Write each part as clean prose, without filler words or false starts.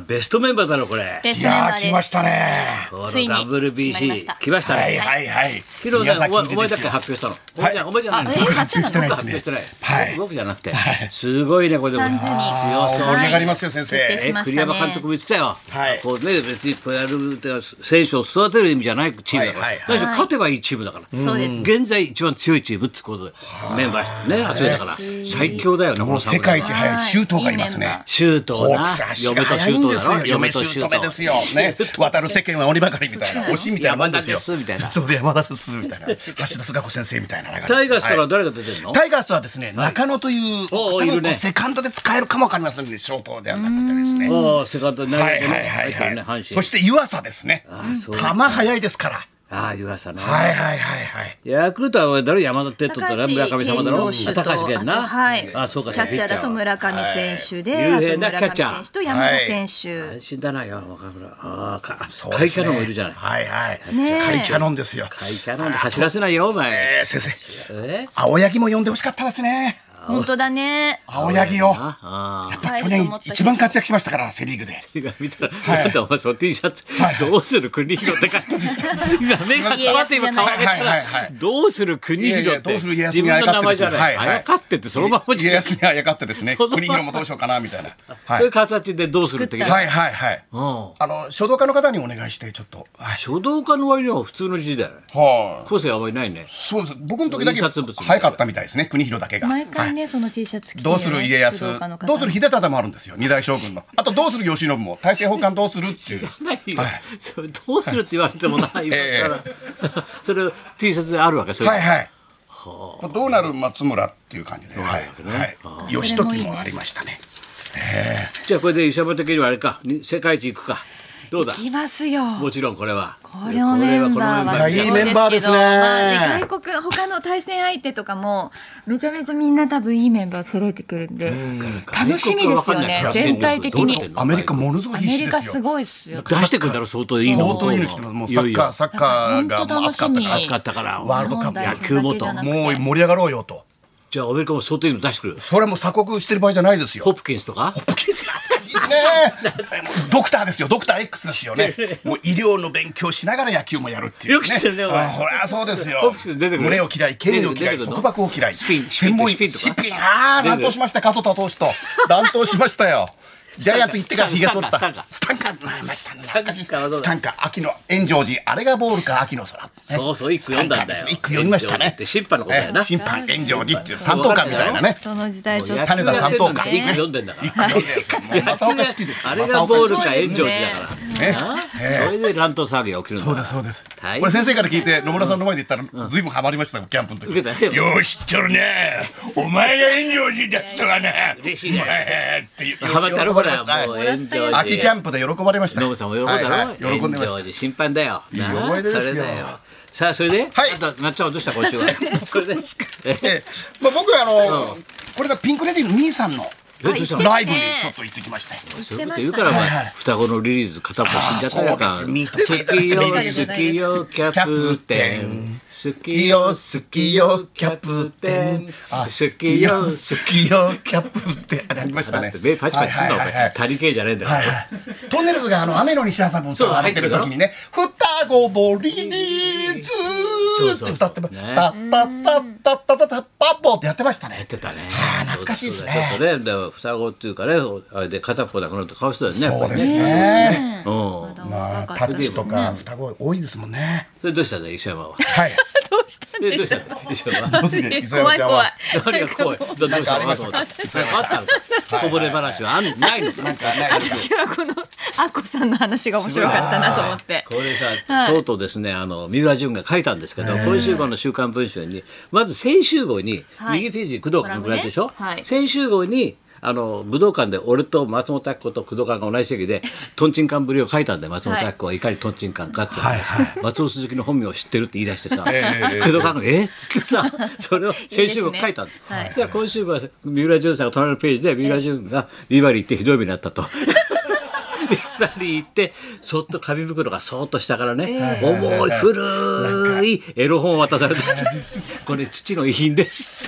ベストメンバーだろこれ。 ベいストメンバーです。 やー来ましたね。 このついに決まりました WBC 来ましたはいね。 はいはい。 昨日ね、お前だっけは発表したの。 はいお前じゃないの。 あ発表してないですね発表してない。 はい僕じゃなくてはい。 すごいねこれでも 30人強盛そう。 り上がりますよ先決定生。 しましたね栗山監督も言ってたよ。 はいこうね別にプエルって選手を育てる意味じゃないチームだから。 はいはいはいだから勝てばいいチームだから。 そうです。 現在一番強いチームってことでメンバーね集めたから最強だよねこもうの侍は世界一速いシュートがいますね。 シュートをなホークス足が嫁とシュ速いんですよ。 ートだろ嫁シュート目ですよ。ね。渡る世間は鬼ばかりみたいな。推しみたいなもんですよ。 山田ですみたいなそうで山田ですみたいな。橋田壽賀子先生みたいな流れです。 タイガースからはい誰が出てるの？ タイガースはですね、中野という、多分おいるねセカンドで使えるかもわかりませんね、ショートではなくてですね。 ああセカンドにはい入はいはいってるねはい。 阪神。 そして湯浅ですね。 そう球速いですから。 ああ湯浅ね。 はいはいはいはい。 ヤクルトは誰山田哲人と村上様だろ。 高橋高橋健な。 はい。 あそうか。 キャッチャーだと村上選手で、 はいあと有名な村キャッチャー上選手と山田選手。 安心だなよ若村。ああそうですね甲斐キャノンもいるじゃない。 はいはい。 ねえ甲斐キャノンですよ。 甲斐キャノンで走らせないよお前。 先生、 え？ 青柳も呼んでほしかったですね。 本当だね。 青柳を。 あやっぱ去年一番活躍しましたからセリーグで。 あ。見たらはいなんだお前その T シャツはいどうする国広って書いて今目が変わって今顔上げたはいはいらはいどうする国いやい広ってやどうする家康自分にあやかっての名前じゃない。 はいはいあやかってってそのまま家康にあやかってですね。 そのまま国広もどうしようかなみたいな。はそういうい形でどうするって聞いた。 はいはいはい。 うん書道家の方にお願いしてちょっと。はい。 書道家の割には普通の字だよね。 はい。 個性あんまりないね。 そうです。僕の時だけ印刷物みたいな早かったみたいですね。国広だけが。 毎回はいねその T シャツ着てどうする家康、 書道家の方どうする秀忠もあるんですよ。二代将軍の。あとどうする慶喜も大政奉還どうするっていう。 ないよはいそれどうするって言われてもないええからそれ T シャツであるわけそういうのはいはい。どうなる松村っていう感じで。はいはい。義時もありましたね。 じゃあこれで石山的にはあれか世界一行くかどうだ行きますよ。 もちろんこれはこれをメンバーはこれはいいメンバーですねまあ外国他の対戦相手とかもめちゃめちゃみんな多分いいメンバー揃えてくるんで楽しみですよね外国は分かんない全体的に。 どうアメリカものすごいア必死ですよ。 メリカすごいっすよ。 出してくるだろ相当いいの相当いいの来てます。もういよいよサッカーがもう熱かったから。 暑かったからワールドカップ野球もともう盛り上がろうよと。 じゃあアメリカも相当いいの出してくるそれはもう鎖国してる場合じゃないですよ。 ホプキンスとか懐かしいですね。ドクターですよ。ドクター X ですよね。もう医療の勉強しながら野球もやるっていうね。 よく知ってるねお前あほらそうですよホプキンス出てくる胸を嫌い、権威を嫌い、 出てくるの束縛を嫌い。 スピン専門医スピンとかスピンああ乱闘しました。加藤田投手と乱闘しましたよ。ジャイアンツ行ってからひげ剃ったスタンカなりましたね。懐かしいです。スタンカ秋の炎上寺あれがボールか秋の空。 そうそう一句読んだんだよ一句読みましたね。 って審判のことだよな審判炎上寺っていう三等間みたいなね。 その時代ちょっと種田三等間一句読んでんだから一句読んでるんですよ。もう正岡式ですよ。 あれがボールか炎上寺だからねなそれで乱闘騒ぎが起きるんだそうですそうです。 大変これ先生から聞いて野村さんの前で言ったらずいぶんハマりましたよキャンプの時。 受けたよよう知っとるね。お前が炎上寺だったがね。 嬉しいねお前っていうハマったろほらもうはい炎上寺秋キャンプで喜ばれました。 ノブさんも喜んだろ、 はいはい喜んでまし炎上寺審判だよい思い出ですよそれだよさあそれで、 はいあとなっちゃんはどうした今週はそれでた。まあ僕はこれがピンクレディーの兄さんのどうしたのライブにちょっと行ってきましたよ。 そういうこと言うからお前、 はいはい双子のリリース片っぽ死んじゃったやんかそうです好きよ好きよキャプテン好きよ好きよキャプテン好きよ好きよキャプテンありましたね。 目パチパチすんなおはいはいはい前谷系じゃねえんだからはいはい、トンネルズが雨の西麻布歌われてる時にね「双子ボリリーズ」って歌って「タッタッタッタッタッタッタッパッポー」ってやってましたね。 やってたね懐かしいですねちょっとねだから双子っていうかねあれで片っぽなくなるとかわいそうだよねやっぱりそうですね。 うんまあタッチとか双子多いですもんね。 それどうしたんだよ石山ははい。 どうしたんだよ石山はどうする磯怖い怖い山ちゃんは。 何が怖いどうしたのかと思ったそれあったのかこぼれ話はないのかなんかないです私はこのアッコさんの話が面白かったなと思って。 これさ、とうとうですね三浦淳が書いたんですけど今週号の「週刊文春」にまず先週号に、 はい右ページ工藤君のぐらいでしょ、 コラムねはい先週号に武道館で俺と松本明子と工藤館が同じ席でとんちんかんぶりを書いたんで松本明子はいかにとんちんかんかって、 はいはい松尾鈴木の本名を知ってるって言い出してさ工え藤館が「えっ?」つってさそれを先週号書いたの。 はいじゃあ今週号は三浦淳さんが隣のページで三浦淳がビバリー行ってひどい目になったと。ビバリー行ってそっと紙袋がそーっと下からね、重い古いエロ本を渡されたこれ父の遺品です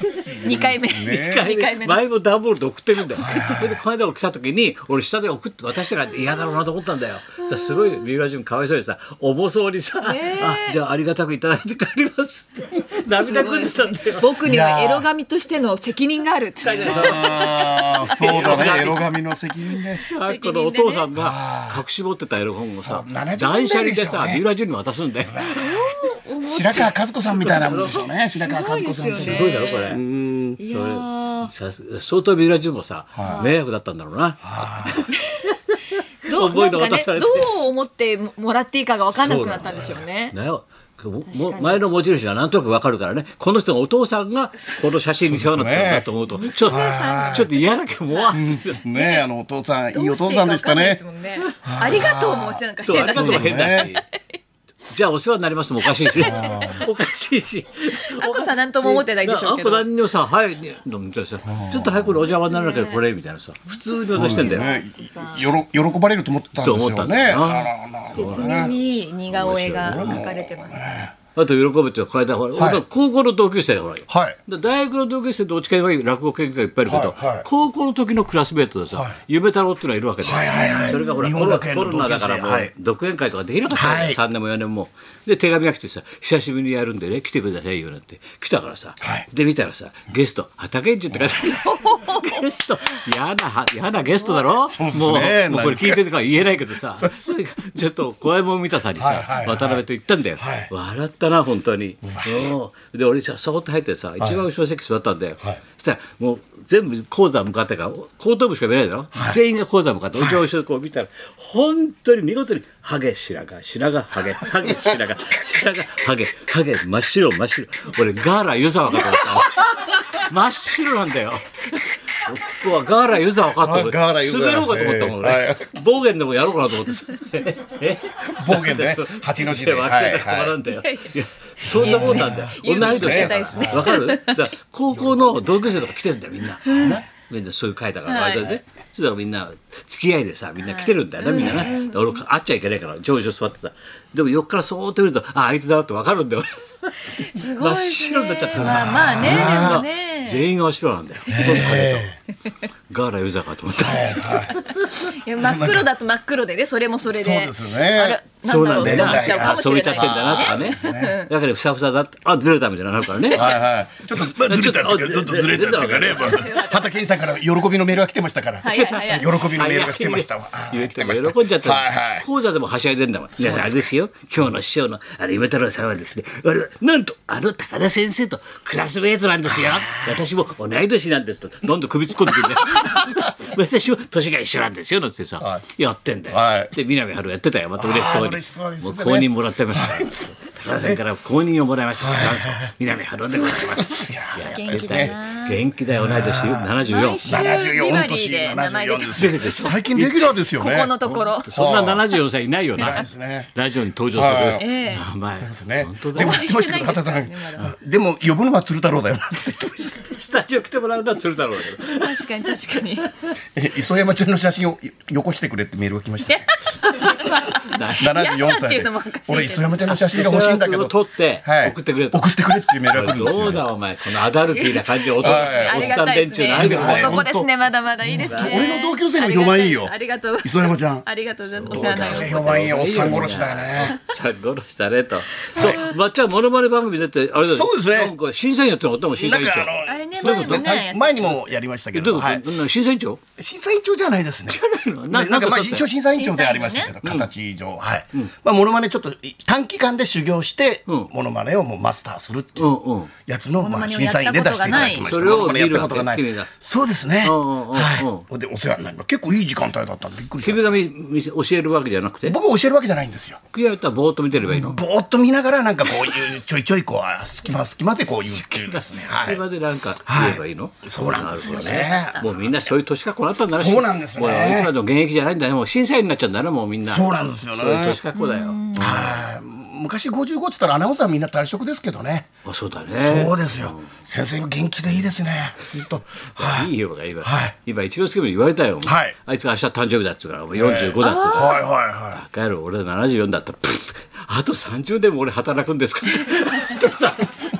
2回目ね 2回目の前も段ボールで送ってるんだよ。それでこの間来た時に俺下で送って渡したから嫌だろうなと思ったんだよ。そしたらすごい三浦淳かわいそうにさ重そうにさ、あじゃあありがたくいただいて帰りますって涙ぐんでたんだよ。 僕にはエロ神としての責任があるって言ってあーそうだねエロ神の責任ね。 このお父さんが隠し持ってたエロ本をさそう70 断捨離でさ年代でしょうね三浦淳に渡すんだよ。 白川和子さんみたいなもんでしょうね。白川和子さんってすすごいだろこれ。 いやー相当三浦淳もさ迷惑だったんだろうな。 どう重いのなんかね渡されてどう思ってもらっていいかが分かんなくなったんでしょうね。 ね前の持ち主がなんとなくわかるからねこの人のお父さんがこの写真に世話になったんだと思うとちょっと嫌だけどもわってねお父さんいいお父さんでしたどうしていいか分かんないでねす。もんね。ありがとうもなんかそうあ変だしりがとうも変だしねじゃあお世話になりますもおかしいしおかしいしあこさんなんとも思ってないでしょうけど。 あこ何にもさはいみたいなさちょっと早くお邪魔にならなきゃこれみたいなさ普通に渡してんだよ。 ね喜ばれると思ったんですと思ったよね。 んだよな別に似顔絵が描かれてます。 あと喜べてこの間ほら俺高校の同級生だほら。 はいで大学の同級生とお近いはいい落語研究会いっぱいいるけど、 はいはい高校の時のクラスメートでさ、夢太郎っていうのがいるわけだよ、 はいはいはいそれがほら日コ本学園のロナだからもう、 はい独演会とかできなかったわけ、 はい 3年も4年もで手紙が来てさ久しぶりにやるんでね来てくださいよなんて来たからさ、 はいで見たらさゲスト畑健二って書いてあるゲスト嫌なゲストだろ、 うですもねうこれ聞いてるから言えないけどさちょっと怖いもん見たさにさ、 はいはいはい渡辺と言ったんだよ、 はい笑ったな本当に。で俺さそこって入ってさ一番後ろ席座ったんだよ、 はいそしたらもう全部講座向かってから後頭部しか見ないだろ、全員が講座向かって後ろこう見たら本当に見事にハゲ白髪白髪ハゲハゲ白髪白髪ハゲハゲ真っ白真っ白俺ガーラ湯沢かと思った真っ白なんだよここはガーラ湯沢かと思ってガーラ湯沢滑ろうかと思ったもん俺、 はい暴言でもやろうかなと思って暴言ね八の字で。 分はいけたまらはいんだよ。いやそんなもんなんだよ。同い年だから。わかる？だから高校の同級生とか来てるんだよみんな。みんなそういう会だからはい割とね。それからみんな付き合いでさみんな来てるんだよねみんなね。俺会っちゃいけないから上々座ってさ。でも横からそーっと見るとあいつだってわかるんだよ。 すごいですね。 真っ白になっちゃってるまあねでもね。 全員が真っ白なんだよ。ほとんど影とガーラユザかと思った。 いや真っ黒だと真っ黒でねそれもそれで。 そうですねあれなんだろうって思っちゃうかもし染れないめちゃってんだなとかね。だからふさふさだってずれたみたいになるからね。 はいはい。ちょっとまあずれたっていうかちょっとずれたっていうかね。まあ畑健二さんから喜びのメールが来てましたから。 早い早い。 喜びのメールが来てましたわ。 言っても来てました喜んじゃったはいはい。 講座でもはしゃいでんだもん。皆さんあれですよ今日の師匠の夢太郎さんはですね我々なんと高田先生とクラスメートなんですよ。私も同い年なんですとなんと首突っ込んでくるんだよ。私も年が一緒なんですよなんてさ、 はやってんだよ、 はいで南春やってたよまた嬉しそうに嬉しそうですねもう公認もらってましたよ、高田さんから公認をもらいましたから元祖南春でございます。いや元気だな。 元気だよ同い年74 毎週 74 ビバリー年で名前 74 出てです。 出てるでしょ最近レギュラーですよね。 ここのところ。 そんな74歳いないよな。 いないですねラジオに登場する。 はいええ名前。 ですね本当。だでもよ。 言ってましたけど畑さん。でも呼ぶのは鶴太郎だよなって言ってました。 スタジオ来てもらうのは鶴太郎だけど。 確かに確かに。 磯山ちゃんの写真をよこしてくれってメールが来ました。74 嫌だって歳でいうのもおかしいけど俺磯山ちゃんの写真が欲しいんだけど撮ってはい送ってくれと。 送ってくれっていうメールが来るんですよ。 どうだお前このアダルティーな感じおっはいさん連中のアイドルだよ。 男ですねまだまだいいですね。 俺の同級生の評判いいよありがとう。 磯山ちゃん。 ありがとうございます。お世話になります。 評判いいよおっさん殺しだよね。 さあ殺したねと。そうまっちゃんモノマネ番組出てあれだよ。 そうですねなんか審査員やってなかったもん審査員長。 あれねそうです前もね前にもやりましたけど、 どういうはいこと？審査員長？ 審査委員長じゃないですね。なんかまあ一応審査委員長でありましたけど、形上、はい。まあモノマネちょっと短期間で修行して、モノマネをもうマスターするっていうやつのまあ審査員で出していただきました。 それをモノマネやったことがない見るわけ。 そうですね。 うんはい。でお世話になります。結構いい時間帯だったんでびっくりしま君した。 が教えるわけじゃなくて。 僕は教えるわけじゃないんですよ。 君はやったらぼーっと見てればいいの。 ぼーっと見ながらなんかこういうちょいちょいこう隙間でこう言うっていうですね。はい隙間でなんか言えばいいの。 そうなんですよね。 もうみんなそういう年格好になったんだね。 そうなんですねもういつまでも現役じゃないんだね。もう審査員になっちゃうんだね。もうみんな。 そうなんですよねそういう年格好だよ。 はい。昔55って言ったらアナウンサーみんな退職ですけどね。 あ、そうだね。 そうですよ。先生も元気でいいですね。本当。はいいよ今。 はい今一之輔も言われたよ。 はいあいつが明日誕生日だっつうから、45だっつうから。 はいはいはバカ野郎俺74だったら、あと30年も俺働くんですかって。あと30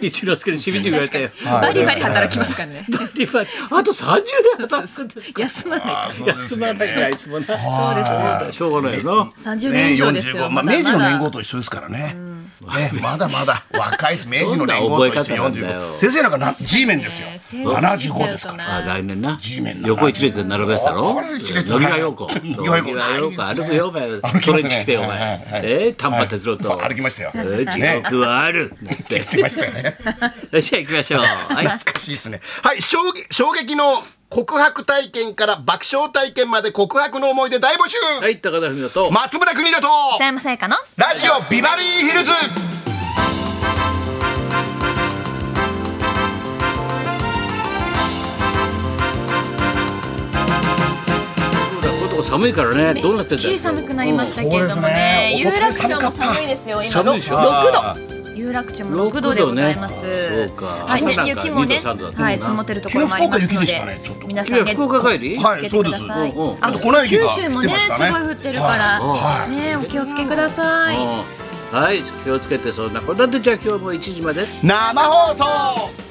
一之輔にしみじみ言われたよ。 バリバリ働きますからね。 バリバリあと30年働くんですか。 休まないから。 休まないかいつもな。そうですね。しょうがないよな。 30年以上ですよ。 明治の年号と一緒ですからね。まだまだ若いです。明治の年号と一緒45。先生なんかGメンですよ。75ですから。 来年な。 Gメン横一列で並べてたろ。野際陽子。野際陽子歩くよお前。トレンチ着てお前。丹波哲郎と。 歩きましたよ。 地獄はある。 言ってましたよね。 じゃあ行きましょう。 懐かしいですね。はい、衝撃の告白体験から爆笑体験まで告白の思い出大募集。 はい、高田文夫と松村邦洋と北山さやかのラジオビバリーヒルズ。 寒いからね、どうなってんだよ。 一気に寒くなりましたけれどもね、有楽町も寒いですよ。今6度。有楽町も6度でございます。はい、ね、雪もね、はい、積もってるところもありますので、皆さんね、 福岡帰り？ はい、そうです。 あと九州もね、すごい降ってるからね、お気をつけください。 はい、気をつけて。そんなこんなで、じゃあ今日も1時まで生放送。